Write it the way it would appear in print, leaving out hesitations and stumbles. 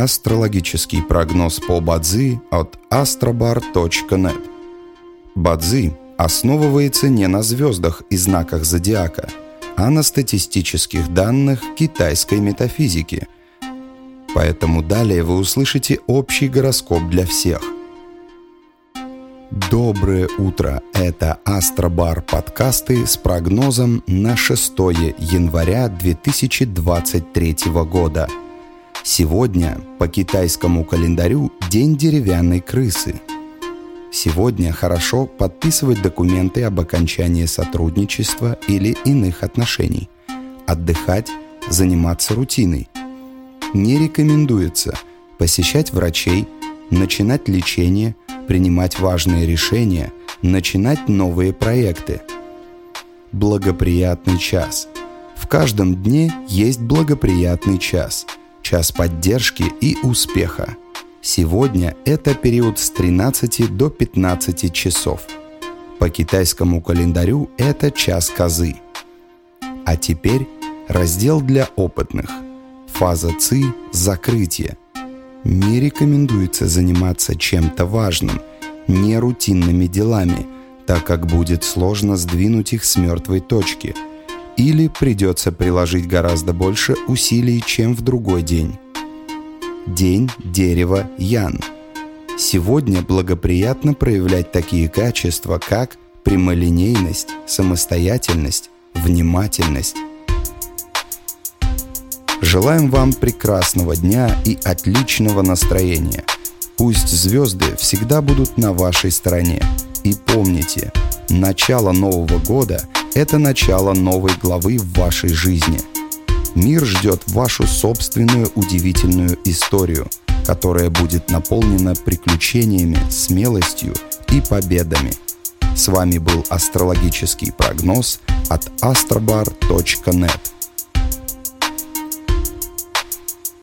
Астрологический прогноз по Бадзи от astrobar.net. Бадзи основывается не на звездах и знаках зодиака, а на статистических данных китайской метафизики. Поэтому далее вы услышите общий гороскоп для всех. Доброе утро! Это Астробар подкасты с прогнозом на 6 января 2023 года. Сегодня по китайскому календарю день деревянной крысы. Сегодня хорошо подписывать документы об окончании сотрудничества или иных отношений. Отдыхать, заниматься рутиной. Не рекомендуется посещать врачей, начинать лечение, принимать важные решения, начинать новые проекты. Благоприятный час. В каждом дне есть благоприятный час. Час поддержки и успеха. Сегодня это период с 13 до 15 часов. По китайскому календарю это час козы. А теперь раздел для опытных. Фаза Ци – закрытие. Не рекомендуется заниматься чем-то важным, не рутинными делами, так как будет сложно сдвинуть их с мертвой точки, или придется приложить гораздо больше усилий, чем в другой день. День дерева Ян. Сегодня благоприятно проявлять такие качества, как прямолинейность, самостоятельность, внимательность. Желаем вам прекрасного дня и отличного настроения. Пусть звезды всегда будут на вашей стороне. И помните, начало Нового года – это начало новой главы в вашей жизни. Мир ждет вашу собственную удивительную историю, которая будет наполнена приключениями, смелостью и победами. С вами был астрологический прогноз от astrobar.net.